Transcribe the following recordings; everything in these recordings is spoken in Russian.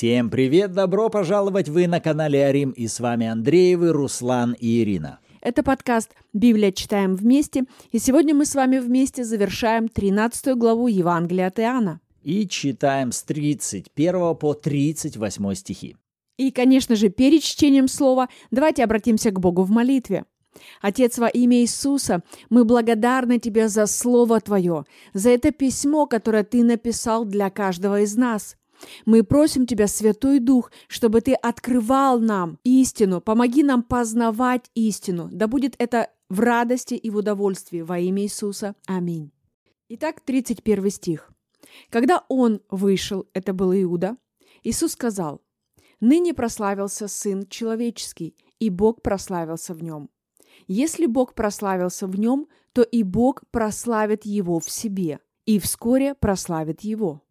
Всем привет, добро пожаловать, вы на канале Арим, и с вами Андреевы, Руслан и Ирина. Это подкаст «Библия. Читаем вместе», и сегодня мы с вами вместе завершаем 13 главу Евангелия от Иоанна. И читаем с 31 по 38 стихи. И, конечно же, перед чтением слова давайте обратимся к Богу в молитве. Отец, во имя Иисуса, мы благодарны Тебе за Слово Твое, за это письмо, которое Ты написал для каждого из нас. Мы просим Тебя, Святой Дух, чтобы Ты открывал нам истину, помоги нам познавать истину. Да будет это в радости и в удовольствии во имя Иисуса. Аминь. Итак, 31 стих. Когда Он вышел, это был Иуда, Иисус сказал: «Ныне прославился Сын Человеческий, и Бог прославился в Нем. Если Бог прославился в Нем, то и Бог прославит Его в себе, и вскоре прославит Его».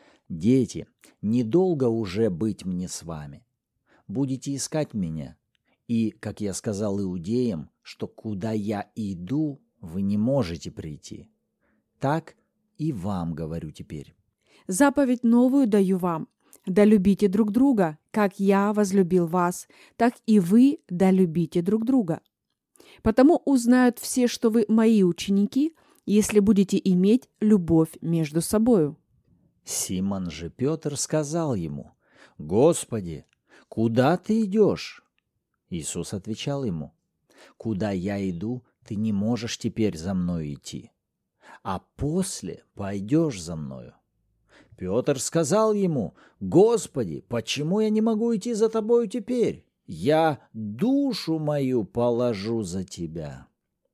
Дети, недолго уже быть мне с вами. Будете искать меня. И, как я сказал иудеям, что куда я иду, вы не можете прийти. Так и вам говорю теперь. «Заповедь новую даю вам: да любите друг друга, как я возлюбил вас, так и вы да любите друг друга. Потому узнают все, что вы мои ученики, если будете иметь любовь между собою». Симон же Петр сказал ему: «Господи, куда ты идешь?» Иисус отвечал ему: «Куда я иду, ты не можешь теперь за мной идти, а после пойдешь за мною». Петр сказал ему: «Господи, почему я не могу идти за тобою теперь? Я душу мою положу за тебя».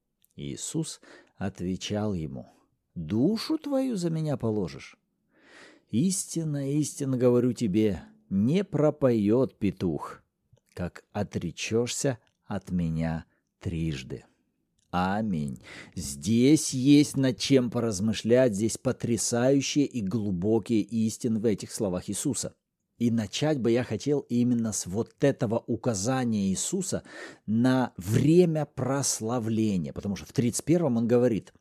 Иисус отвечал ему: «Душу твою за меня положишь? Истинно, истинно говорю тебе, не пропоет петух, как отречешься от меня трижды». Аминь. Здесь есть над чем поразмышлять, здесь потрясающие и глубокие истины в этих словах Иисуса. И начать бы я хотел именно с вот этого указания Иисуса на время прославления, потому что в 31-м он говорит: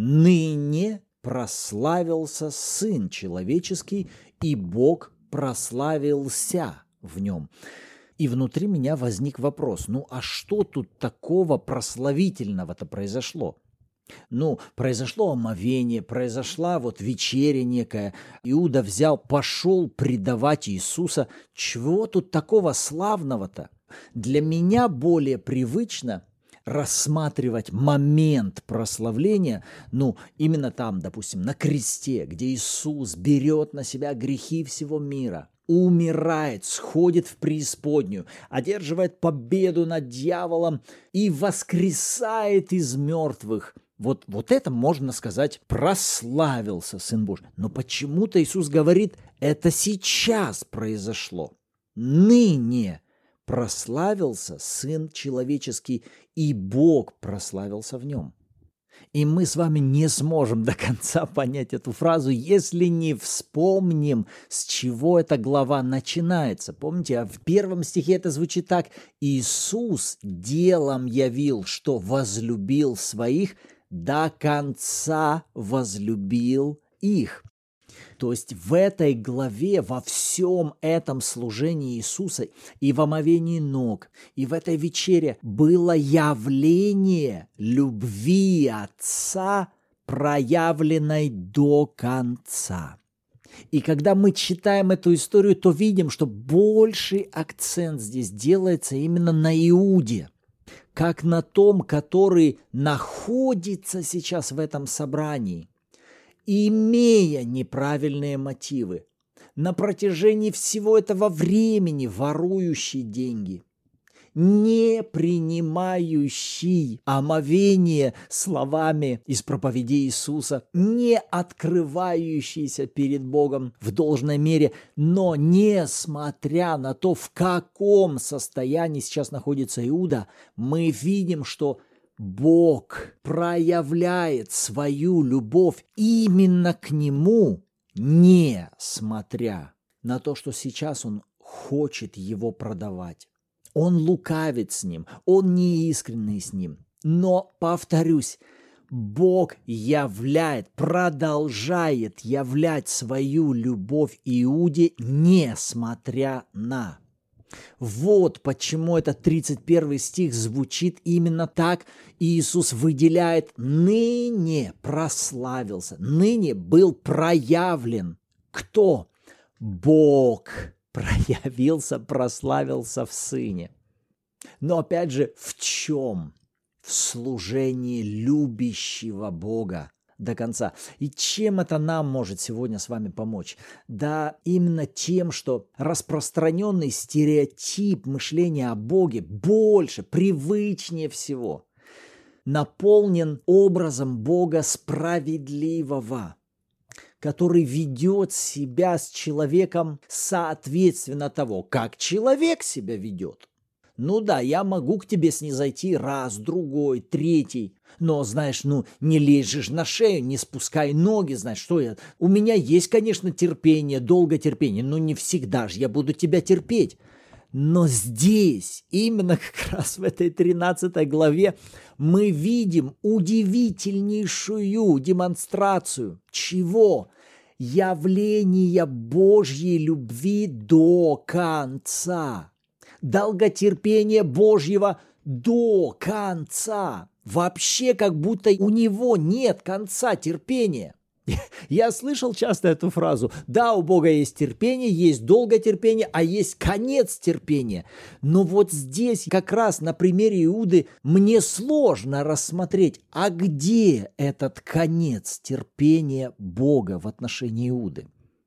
«Ныне прославился Сын Человеческий, и Бог прославился в Нем». И внутри меня возник вопрос: а что тут такого прославительного-то произошло? Произошло омовение, произошла вечеря некая. Иуда пошел предавать Иисуса. Чего тут такого славного-то? Для меня более привычно рассматривать момент прославления, именно там, допустим, на кресте, где Иисус берет на себя грехи всего мира, умирает, сходит в преисподнюю, одерживает победу над дьяволом и воскресает из мертвых. Вот это, можно сказать, прославился Сын Божий. Но почему-то Иисус говорит, это сейчас произошло. Ныне прославился Сын Человеческий, и Бог прославился в Нем. И мы с вами не сможем до конца понять эту фразу, если не вспомним, с чего эта глава начинается. Помните, в 1 стихе это звучит так: «Иисус делом явил, что возлюбил своих, до конца возлюбил их». То есть в этой главе, во всем этом служении Иисуса и в омовении ног, и в этой вечере было явление любви Отца, проявленной до конца. И когда мы читаем эту историю, то видим, что больший акцент здесь делается именно на Иуде, как на том, который находится сейчас в этом собрании, имея неправильные мотивы, на протяжении всего этого времени ворующий деньги, не принимающий омовение словами из проповеди Иисуса, не открывающийся перед Богом в должной мере, но несмотря на то, в каком состоянии сейчас находится Иуда, мы видим, что Бог проявляет свою любовь именно к нему, несмотря на то, что сейчас он хочет его продавать. Он лукавит с ним, он неискренный с ним. Но, повторюсь, Бог продолжает являть свою любовь Иуде, несмотря на. Вот почему этот 31 стих звучит именно так. Иисус выделяет «ныне прославился», «ныне был проявлен». Кто? Бог проявился, прославился в Сыне. Но опять же, в чем? В служении любящего Бога до конца. И чем это нам может сегодня с вами помочь? Да именно тем, что распространенный стереотип мышления о Боге больше, привычнее всего, наполнен образом Бога справедливого, который ведет себя с человеком соответственно того, как человек себя ведет. Ну да, я могу к тебе снизойти раз, другой, третий, но, знаешь, не лезь же на шею, не спускай ноги, знаешь, что я... У меня есть, конечно, терпение, долготерпение, но не всегда же я буду тебя терпеть. Но здесь, именно как раз в этой 13 главе, мы видим удивительнейшую демонстрацию. Чего? Явления Божьей любви до конца. Долготерпение Божьего до конца. Вообще как будто у него нет конца терпения. Я слышал часто эту фразу. Да, у Бога есть терпение, есть долготерпение, а есть конец терпения. Но вот здесь как раз на примере Иуды мне сложно рассмотреть, а где этот конец терпения Бога в отношении Иуды?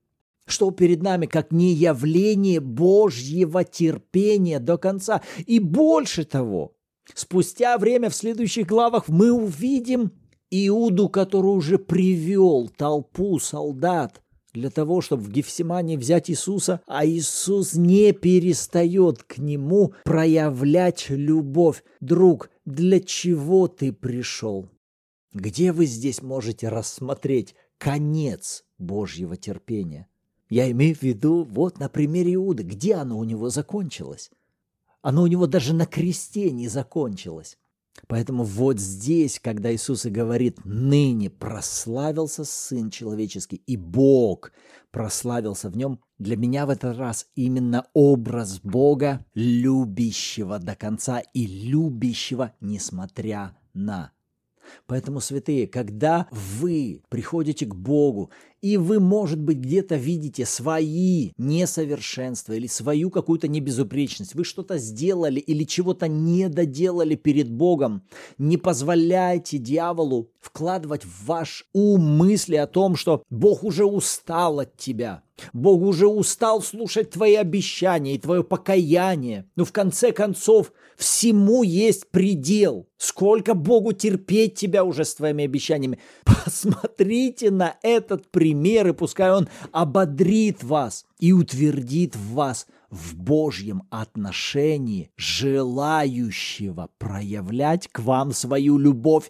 Что перед нами, как не явление Божьего терпения до конца. И больше того, спустя время в следующих главах мы увидим Иуду, который уже привел толпу солдат для того, чтобы в Гефсимании взять Иисуса, а Иисус не перестает к нему проявлять любовь. Друг, для чего ты пришел? Где вы здесь можете рассмотреть конец Божьего терпения? Я имею в виду вот на примере Иуды. Где оно у него закончилось? Оно у него даже на кресте не закончилось. Поэтому вот здесь, когда Иисус и говорит, ныне прославился Сын Человеческий, и Бог прославился в нем, для меня в этот раз именно образ Бога, любящего до конца и любящего несмотря на. Поэтому, святые, когда вы приходите к Богу, и вы, может быть, где-то видите свои несовершенства или свою какую-то небезупречность, вы что-то сделали или чего-то не доделали перед Богом, не позволяйте дьяволу вкладывать в ваш ум мысли о том, что Бог уже устал от тебя, Бог уже устал слушать твои обещания и твое покаяние. Но в конце концов, всему есть предел. Сколько Богу терпеть тебя уже с твоими обещаниями. Посмотрите на этот пример, и пускай он ободрит вас и утвердит в вас в Божьем отношении, желающего проявлять к вам свою любовь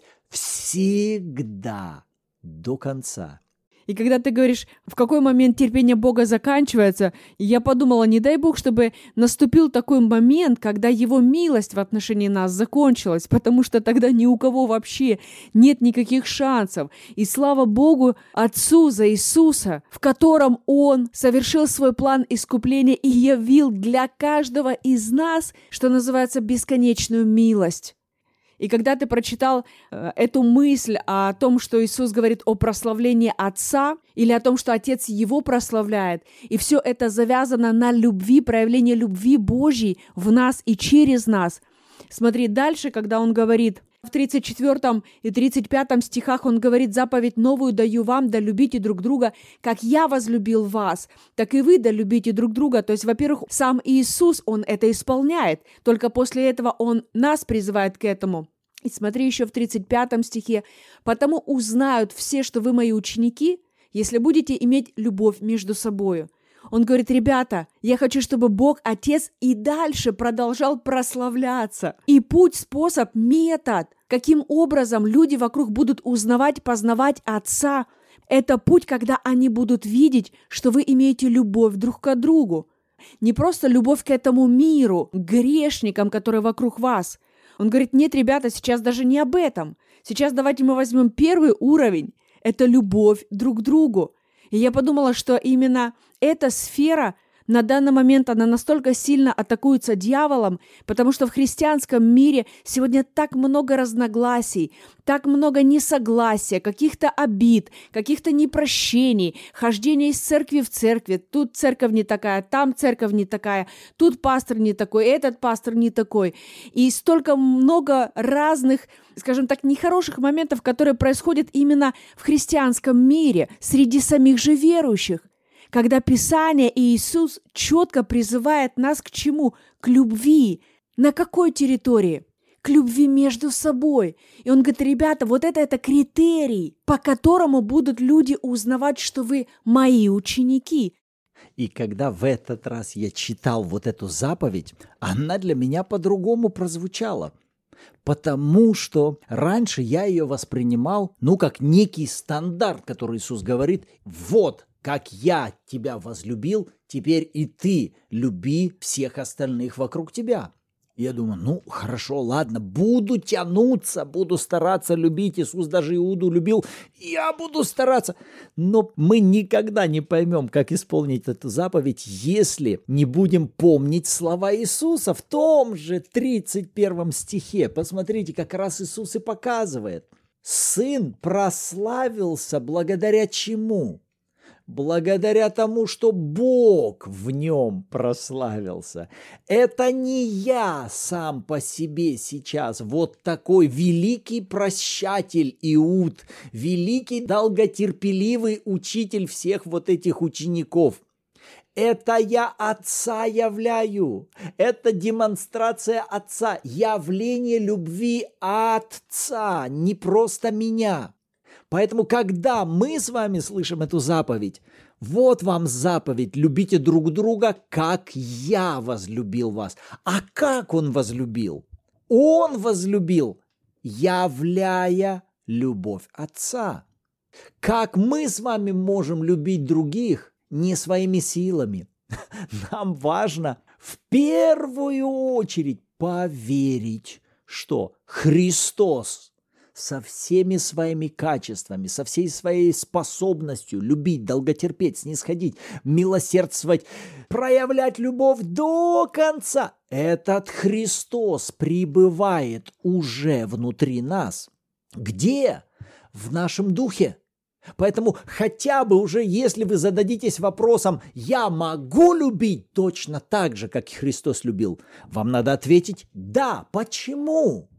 всегда до конца. И когда ты говоришь, в какой момент терпение Бога заканчивается, я подумала, не дай Бог, чтобы наступил такой момент, когда Его милость в отношении нас закончилась, потому что тогда ни у кого вообще нет никаких шансов. И слава Богу, Отцу за Иисуса, в котором Он совершил свой план искупления и явил для каждого из нас, что называется, бесконечную милость. И когда ты прочитал эту мысль о том, что Иисус говорит о прославлении Отца, или о том, что Отец Его прославляет, и все это завязано на любви, проявлении любви Божьей в нас и через нас. Смотри дальше, когда Он говорит, в 34 и 35 стихах Он говорит, «Заповедь новую даю вам, да любите друг друга, как я возлюбил вас, так и вы да любите друг друга». То есть, во-первых, сам Иисус, Он это исполняет, только после этого Он нас призывает к этому. И смотри еще в 35 стихе, «Потому узнают все, что вы мои ученики, если будете иметь любовь между собою». Он говорит, ребята, я хочу, чтобы Бог, Отец, и дальше продолжал прославляться. И путь, способ, метод, каким образом люди вокруг будут узнавать, познавать Отца, это путь, когда они будут видеть, что вы имеете любовь друг к другу. Не просто любовь к этому миру, к грешникам, которые вокруг вас. Он говорит, нет, ребята, сейчас даже не об этом. Сейчас давайте мы возьмем первый уровень. Это любовь друг к другу. И я подумала, что именно эта сфера на данный момент, она настолько сильно атакуется дьяволом, потому что в христианском мире сегодня так много разногласий, так много несогласия, каких-то обид, каких-то непрощений, хождения из церкви в церкви. Тут церковь не такая, там церковь не такая, тут пастор не такой, этот пастор не такой. И столько много разных, скажем так, нехороших моментов, которые происходят именно в христианском мире, среди самих же верующих. Когда Писание и Иисус четко призывает нас к чему? К любви. На какой территории? К любви между собой. И он говорит, ребята, вот это критерий, по которому будут люди узнавать, что вы мои ученики. И когда в этот раз я читал вот эту заповедь, она для меня по-другому прозвучала. Потому что раньше я ее воспринимал, как некий стандарт, который Иисус говорит, вот, как я тебя возлюбил, теперь и ты люби всех остальных вокруг тебя. Я думаю, хорошо, ладно, буду тянуться, буду стараться любить. Иисус даже Иуду любил, я буду стараться. Но мы никогда не поймем, как исполнить эту заповедь, если не будем помнить слова Иисуса в том же 31 стихе. Посмотрите, как раз Иисус и показывает. Сын прославился благодаря чему? Благодаря тому, что Бог в нем прославился. Это не я сам по себе сейчас, вот такой великий прощатель Иуд, великий долготерпеливый учитель всех вот этих учеников. Это я Отца являю, это демонстрация Отца, явление любви Отца, не просто меня. Поэтому, когда мы с вами слышим эту заповедь, вот вам заповедь, любите друг друга, как я возлюбил вас. А как он возлюбил? Он возлюбил, являя любовь Отца. Как мы с вами можем любить других не своими силами? Нам важно в первую очередь поверить, что Христос со всеми своими качествами, со всей своей способностью любить, долготерпеть, снисходить, милосердствовать, проявлять любовь до конца. Этот Христос пребывает уже внутри нас. Где? В нашем духе. Поэтому хотя бы уже, если вы зададитесь вопросом, я могу любить точно так же, как Христос любил, вам надо ответить «да». Почему?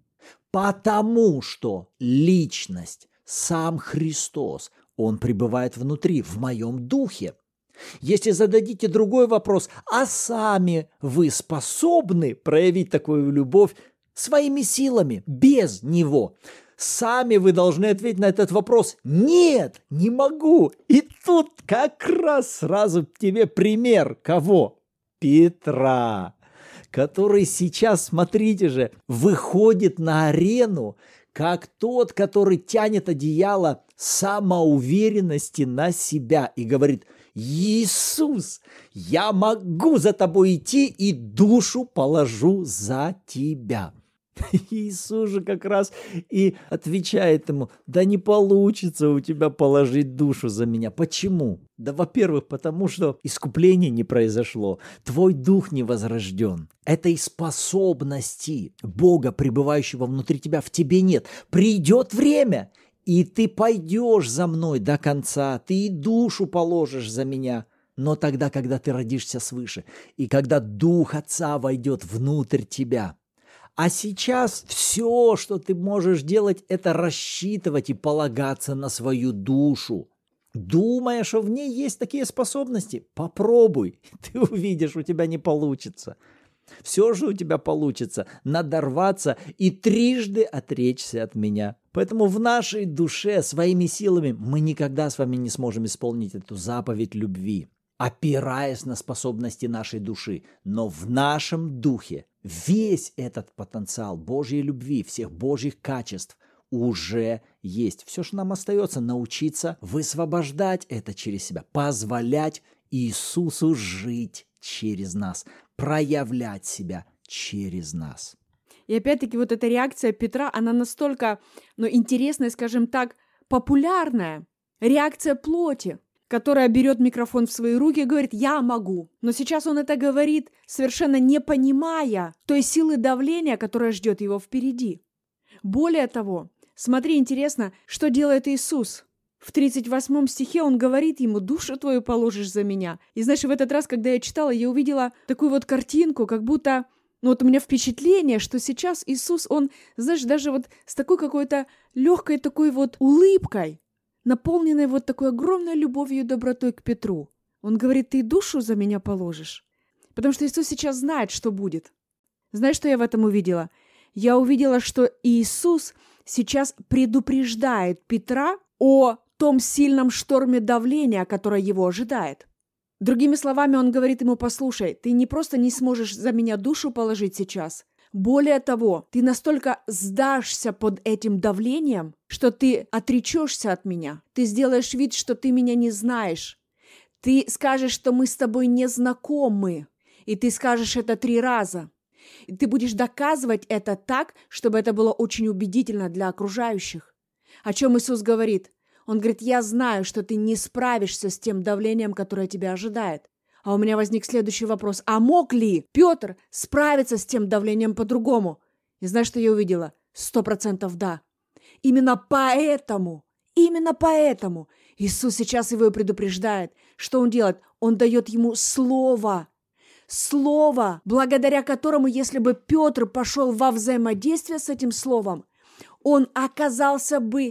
Потому что личность, сам Христос, Он пребывает внутри, в моем духе. Если зададите другой вопрос, а сами вы способны проявить такую любовь своими силами, без Него? Сами вы должны ответить на этот вопрос. Нет, не могу. И тут как раз сразу тебе пример. Кого? Петра, который сейчас, смотрите же, выходит на арену, как тот, который тянет одеяло самоуверенности на себя и говорит: Иисус, я могу за тобой идти и душу положу за тебя. Иисус же как раз и отвечает ему: да не получится у тебя положить душу за меня. Почему? Да, во-первых, потому что искупление не произошло, твой дух не возрожден. Этой способности Бога, пребывающего внутри тебя, в тебе нет. Придет время, и ты пойдешь за мной до конца, ты и душу положишь за меня. Но тогда, когда ты родишься свыше, и когда Дух Отца войдет внутрь тебя. А сейчас все, что ты можешь делать, это рассчитывать и полагаться на свою душу. Думая, что в ней есть такие способности, попробуй, ты увидишь, у тебя не получится. Все же у тебя получится надорваться и трижды отречься от меня. Поэтому в нашей душе своими силами мы никогда с вами не сможем исполнить эту заповедь любви, опираясь на способности нашей души. Но в нашем духе весь этот потенциал Божьей любви, всех Божьих качеств уже есть. Все, что нам остается, научиться высвобождать это через себя, позволять Иисусу жить через нас, проявлять себя через нас. И опять-таки вот эта реакция Петра, она настолько, интересная, скажем так, популярная. Реакция плоти, которая берет микрофон в свои руки и говорит: «Я могу». Но сейчас он это говорит, совершенно не понимая той силы давления, которая ждет его впереди. Более того, смотри, интересно, что делает Иисус. В 38 стихе он говорит ему: «Душу твою положишь за меня». И знаешь, в этот раз, когда я читала, я увидела такую вот картинку, как будто, у меня впечатление, что сейчас Иисус, он, знаешь, даже вот с такой какой-то легкой такой вот улыбкой, наполненной вот такой огромной любовью и добротой к Петру. Он говорит: «Ты душу за меня положишь». Потому что Иисус сейчас знает, что будет. Знаешь, что я в этом увидела? Я увидела, что Иисус сейчас предупреждает Петра о том сильном шторме давления, которое его ожидает. Другими словами, он говорит ему: «Послушай, ты не просто не сможешь за меня душу положить сейчас. Более того, ты настолько сдашься под этим давлением, что ты отречешься от меня. Ты сделаешь вид, что ты меня не знаешь. Ты скажешь, что мы с тобой не знакомы. И ты скажешь это 3 раза. И ты будешь доказывать это так, чтобы это было очень убедительно для окружающих». О чем Иисус говорит? Он говорит: «Я знаю, что ты не справишься с тем давлением, которое тебя ожидает». А у меня возник следующий вопрос. А мог ли Петр справиться с тем давлением по-другому? И знаешь, что я увидела? 100% да. Именно поэтому Иисус сейчас его и предупреждает. Что он делает? Он дает ему слово. Слово, благодаря которому, если бы Петр пошел во взаимодействие с этим словом, он оказался бы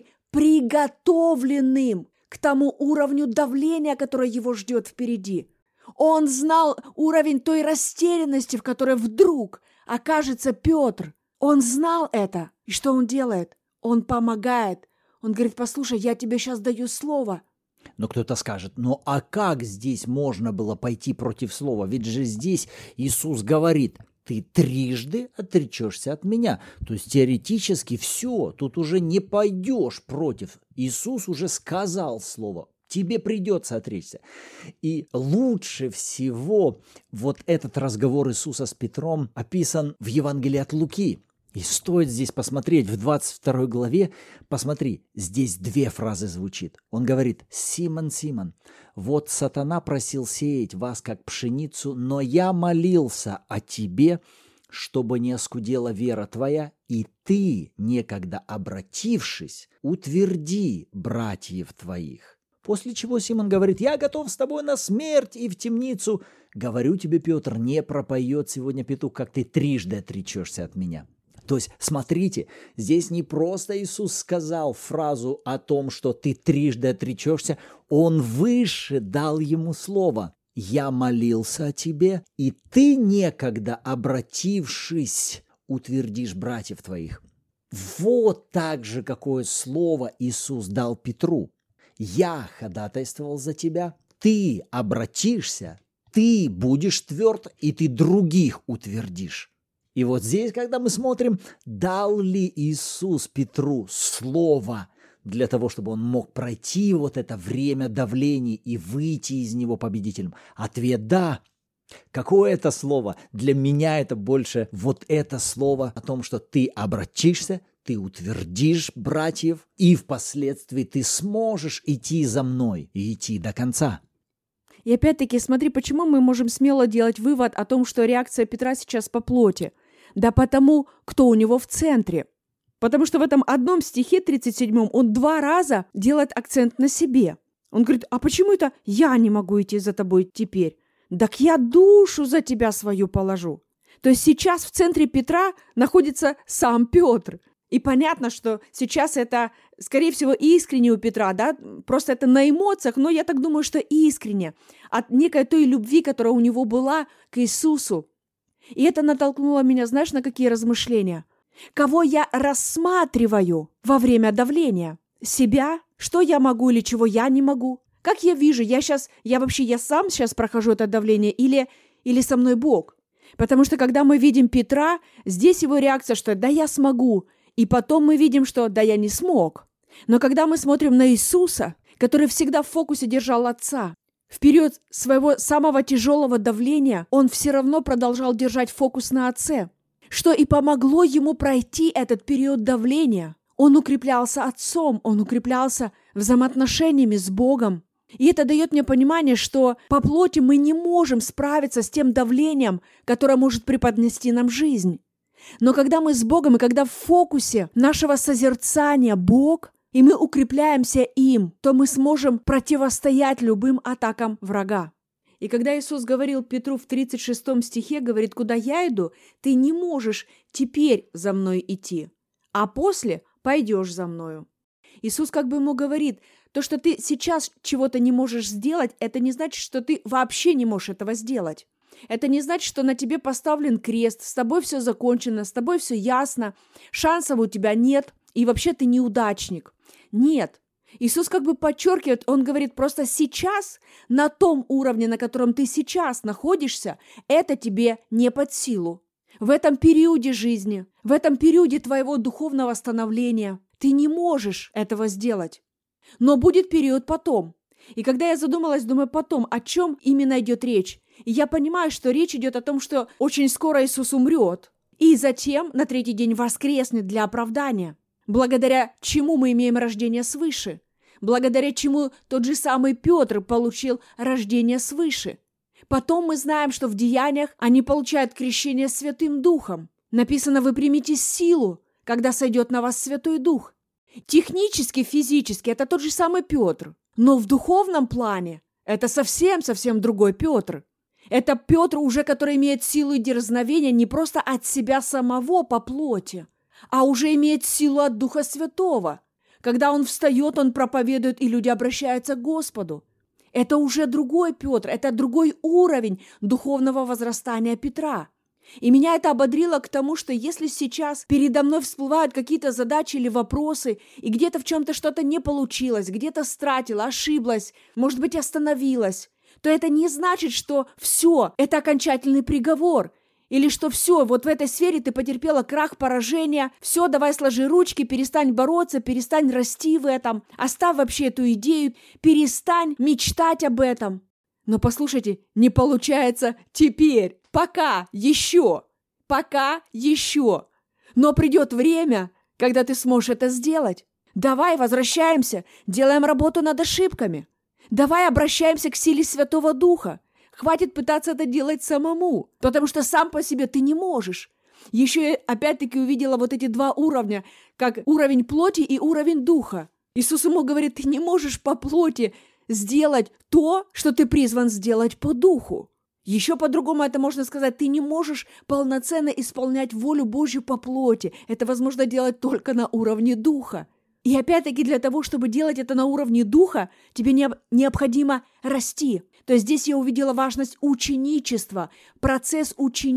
приготовленным к тому уровню давления, которое его ждет впереди. Он знал уровень той растерянности, в которой вдруг окажется Петр. Он знал это. И что он делает? Он помогает. Он говорит: «Послушай, я тебе сейчас даю слово». Но кто-то скажет: ну а как здесь можно было пойти против слова? Ведь же здесь Иисус говорит: ты 3 отречешься от меня. То есть теоретически все, тут уже не пойдешь против. Иисус уже сказал слово. Тебе придется отречься. И лучше всего вот этот разговор Иисуса с Петром описан в Евангелии от Луки. И стоит здесь посмотреть, в 22 главе, посмотри, здесь 2 фразы звучит. Он говорит: «Симон, Симон, вот сатана просил сеять вас, как пшеницу, но я молился о тебе, чтобы не оскудела вера твоя, и ты, некогда обратившись, утверди братьев твоих». После чего Симон говорит: «Я готов с тобой на смерть и в темницу. Говорю тебе, Петр, не пропоет сегодня петух, как ты 3 отречешься от меня». То есть, смотрите, здесь не просто Иисус сказал фразу о том, что ты 3 отречешься, Он выше дал ему слово: «Я молился о тебе, и ты, некогда обратившись, утвердишь братьев твоих». Вот так же, какое слово Иисус дал Петру. «Я ходатайствовал за тебя, ты обратишься, ты будешь тверд, и ты других утвердишь». И вот здесь, когда мы смотрим, дал ли Иисус Петру слово для того, чтобы он мог пройти вот это время давлений и выйти из него победителем? Ответ – да. Какое это слово? Для меня это больше вот это слово о том, что ты обратишься, ты утвердишь братьев, и впоследствии ты сможешь идти за мной и идти до конца. И опять-таки, смотри, почему мы можем смело делать вывод о том, что реакция Петра сейчас по плоти. Да потому, кто у него в центре. Потому что в этом одном стихе 37 он 2 раза делает акцент на себе. Он говорит: «А почему это я не могу идти за тобой теперь? Так я душу за тебя свою положу». То есть сейчас в центре Петра находится сам Петр. И понятно, что сейчас это, скорее всего, искренне у Петра, да? Просто это на эмоциях, но я так думаю, что искренне. От некой той любви, которая у него была к Иисусу. И это натолкнуло меня, знаешь, на какие размышления? Кого я рассматриваю во время давления? Себя? Что я могу или чего я не могу? Как я вижу, я сам сейчас прохожу это давление или со мной Бог? Потому что когда мы видим Петра, здесь его реакция, что «да я смогу», и потом мы видим, что «да я не смог». Но когда мы смотрим на Иисуса, который всегда в фокусе держал Отца, в период своего самого тяжелого давления он все равно продолжал держать фокус на Отце. что и помогло ему пройти этот период давления. Он укреплялся отцом, он укреплялся взаимоотношениями с Богом. И это дает мне понимание, что по плоти мы не можем справиться с тем давлением, которое может преподнести нам жизнь. Но когда мы с Богом, и когда в фокусе нашего созерцания Бог, и мы укрепляемся им, то мы сможем противостоять любым атакам врага. И когда Иисус говорил Петру в 36 стихе, говорит, куда я иду, ты не можешь теперь за мной идти, а после пойдешь за мною. Иисус как бы ему говорит, то, что ты сейчас чего-то не можешь сделать, это не значит, что ты вообще не можешь этого сделать. Это не значит, что на тебе поставлен крест, с тобой все закончено, с тобой все ясно, шансов у тебя нет, и вообще ты неудачник. Нет. Иисус как бы подчеркивает, Он говорит, просто сейчас, на том уровне, на котором ты сейчас находишься, это тебе не под силу. В этом периоде жизни, в этом периоде твоего духовного становления ты не можешь этого сделать. Но будет период потом. И когда я задумалась, думаю, потом, о чем именно идет речь? И я понимаю, что речь идет о том, что очень скоро Иисус умрет. И затем на третий день воскреснет для оправдания. Благодаря чему мы имеем рождение свыше. Благодаря чему тот же самый Петр получил рождение свыше. Потом мы знаем, что в Деяниях они получают крещение Святым Духом. Написано, вы примите силу, когда сойдет на вас Святой Дух. Технически, физически это тот же самый Петр. Но в духовном плане это совсем другой Петр. Это Петр уже, который имеет силу и дерзновение не просто от себя самого по плоти, а уже имеет силу от Духа Святого. Когда он встает, он проповедует, и люди обращаются к Господу. Это уже другой Петр, это другой уровень духовного возрастания Петра. И меня это ободрило к тому, что если сейчас передо мной всплывают какие-то задачи или вопросы, и где-то в чем-то что-то не получилось, где-то стратила, ошиблась, может быть, остановилась, то это не значит, что все, это окончательный приговор, или что все, вот в этой сфере ты потерпела крах, поражение, все, давай сложи ручки, перестань бороться, перестань расти в этом, оставь вообще эту идею, перестань мечтать об этом. Но послушайте, не получается теперь, пока еще. Но придет время, когда ты сможешь это сделать. Давай возвращаемся, делаем работу над ошибками. Давай обращаемся к силе Святого Духа. Хватит пытаться это делать самому, потому что сам по себе ты не можешь. Еще я опять-таки увидела вот эти два уровня, как уровень плоти и уровень духа. Иисус ему говорит, ты не можешь по плоти сделать то, что ты призван сделать по духу. Еще по-другому это можно сказать, ты не можешь полноценно исполнять волю Божью по плоти. Это возможно делать только на уровне духа. И опять-таки для того, чтобы делать это на уровне духа, тебе необходимо расти. То есть здесь я увидела важность ученичества, процесс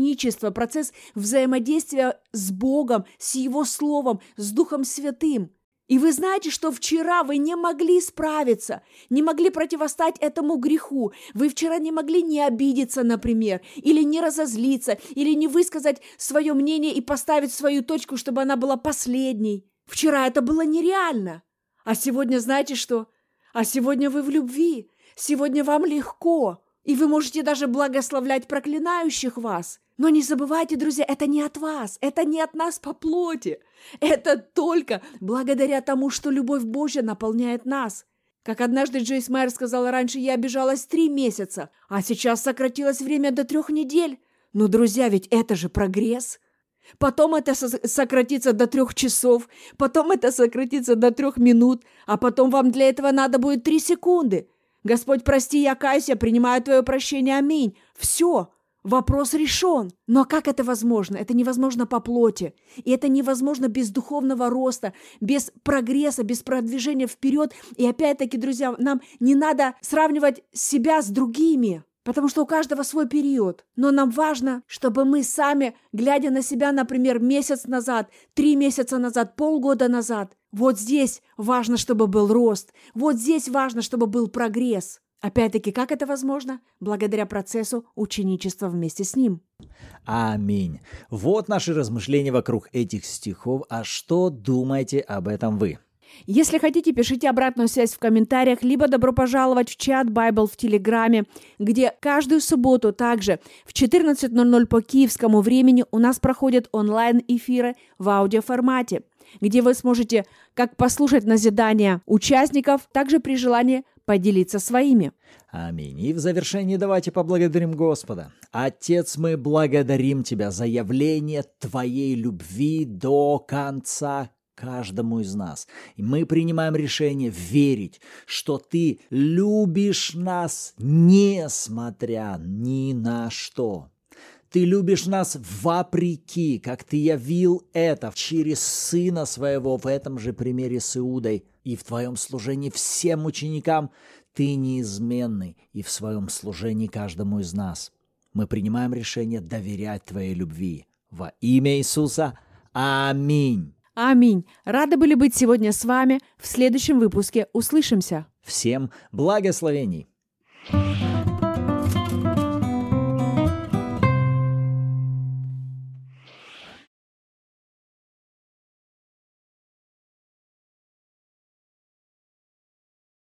взаимодействия с Богом, с Его Словом, с Духом Святым. И вы знаете, что вчера вы не могли справиться, не могли противостать этому греху. Вы вчера не могли не обидеться, например, или не разозлиться, или не высказать свое мнение и поставить свою точку, чтобы она была последней. Вчера это было нереально. А сегодня знаете что? А сегодня вы в любви. Сегодня вам легко. И вы можете даже благословлять проклинающих вас. Но не забывайте, друзья, это не от вас. Это не от нас по плоти. Это только благодаря тому, что любовь Божья наполняет нас. Как однажды Джойс Майер сказала раньше, я обижалась 3 месяца, а сейчас сократилось время до 3 недель. Но, друзья, ведь это же прогресс. Потом это сократится до 3 часов, потом это сократится до 3 минут, а потом вам для этого надо будет 3 секунды. Господь, прости, я каюсь, я принимаю Твое прощение, аминь. Все, вопрос решен. Но как это возможно? Это невозможно по плоти. И это невозможно без духовного роста, без прогресса, без продвижения вперед. И опять-таки, друзья, нам не надо сравнивать себя с другими. Потому что у каждого свой период. Но нам важно, чтобы мы сами, глядя на себя, например, месяц назад, 3 месяца назад, полгода назад, вот здесь важно, чтобы был рост. Вот здесь важно, чтобы был прогресс. Опять-таки, как это возможно? Благодаря процессу ученичества вместе с Ним. Аминь. Вот наши размышления вокруг этих стихов. А что думаете об этом вы? Если хотите, пишите обратную связь в комментариях, либо добро пожаловать в чат Bible в Телеграме, где каждую субботу также в 14:00 по киевскому времени у нас проходят онлайн-эфиры в аудиоформате, где вы сможете как послушать назидания участников, также при желании поделиться своими. Аминь. И в завершении давайте поблагодарим Господа. Отец, мы благодарим Тебя за явление Твоей любви до конца каждому из нас. И мы принимаем решение верить, что Ты любишь нас, несмотря ни на что. Ты любишь нас вопреки, как Ты явил это через Сына Своего в этом же примере с Иудой. И в Твоем служении всем ученикам Ты неизменный и в Своем служении каждому из нас. Мы принимаем решение доверять Твоей любви. Во имя Иисуса. Аминь. Аминь. Рады были быть сегодня с вами. В следующем выпуске услышимся. Всем благословений.